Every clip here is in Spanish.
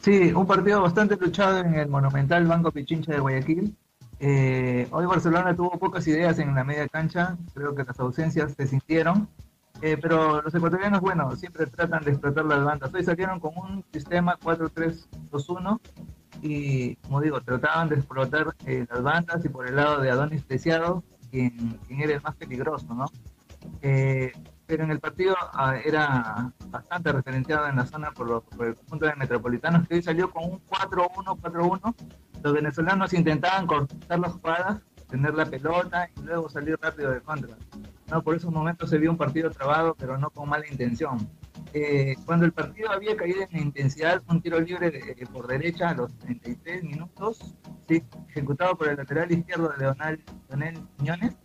Sí, un partido bastante luchado en el monumental Banco Pichincha de Guayaquil. Hoy Barcelona tuvo pocas ideas en la media cancha, creo que las ausencias se sintieron, pero los ecuatorianos, bueno, siempre tratan de explotar las bandas. Hoy salieron con un sistema 4-3-2-1 y, como digo, trataban de explotar las bandas y por el lado de Adonis Preciado, quien era el más peligroso, ¿no? Eh, pero en el partido era bastante referenciado en la zona por el conjunto de Metropolitanos, que hoy salió con un 4-1-4-1. Los venezolanos intentaban cortar las jugadas, tener la pelota y luego salir rápido de contra. No, por esos momentos se vio un partido trabado, pero no con mala intención. Cuando el partido había caído en intensidad, un tiro libre por derecha a los 33 minutos, sí, ejecutado por el lateral izquierdo de Leonel Quiñones.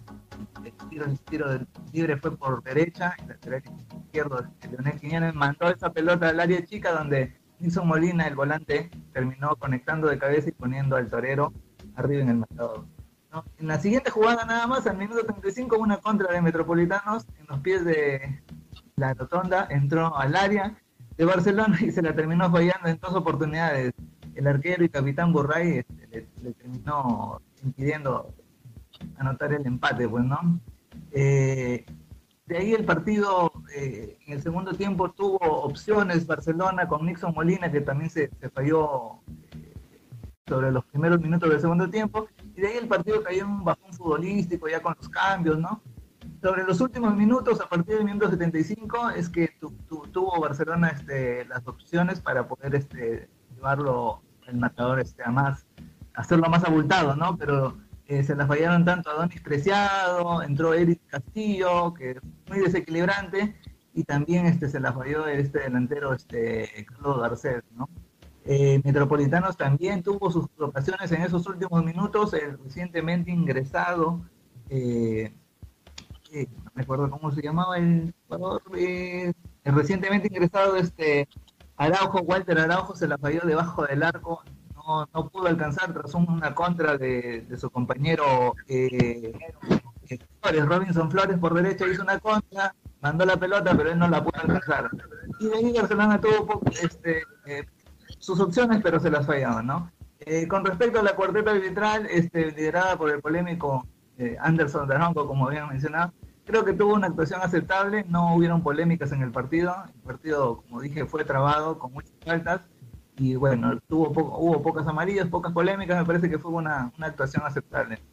El tiro del libre fue por derecha, el lateral izquierdo de Leonel Quiñones mandó esa pelota al área chica donde Nixon Molina, el volante, terminó conectando de cabeza y poniendo al torero arriba en el marcador, ¿no? En la siguiente jugada nada más, al minuto 35, una contra de Metropolitanos en los pies de la rotonda, entró al área de Barcelona y se la terminó fallando en dos oportunidades. El arquero y capitán Burray le terminó impidiendo anotar el empate, pues, ¿no? Eh, de ahí el partido en el segundo tiempo tuvo opciones Barcelona con Nixon Molina, que también se falló sobre los primeros minutos del segundo tiempo, y de ahí el partido cayó en un bajón futbolístico ya con los cambios, ¿no? Sobre los últimos minutos, a partir del minuto 75, es que tuvo Barcelona las opciones para poder llevarlo el marcador hacerlo más abultado, ¿no? Pero se la fallaron tanto a Donis Preciado, entró Eric Castillo, que es muy desequilibrante, y también se la falló este delantero, Carlos Garcés, ¿no? Metropolitanos también tuvo sus ocasiones en esos últimos minutos, el recientemente ingresado, eh, no me acuerdo cómo se llamaba el jugador, el recientemente ingresado, Araujo, Walter Araujo, se la falló debajo del arco, no pudo alcanzar tras una contra de su compañero Flores, Robinson Flores por derecha hizo una contra, mandó la pelota, pero él no la pudo alcanzar. Y de ahí Barcelona tuvo sus opciones, pero se las fallaban, ¿no? Con respecto a la cuarteta arbitral, liderada por el polémico Anderson Daronco, como habían mencionado, creo que tuvo una actuación aceptable, no hubieron polémicas en el partido, como dije, fue trabado con muchas faltas, y bueno, hubo pocas amarillas, pocas polémicas, me parece que fue una actuación aceptable.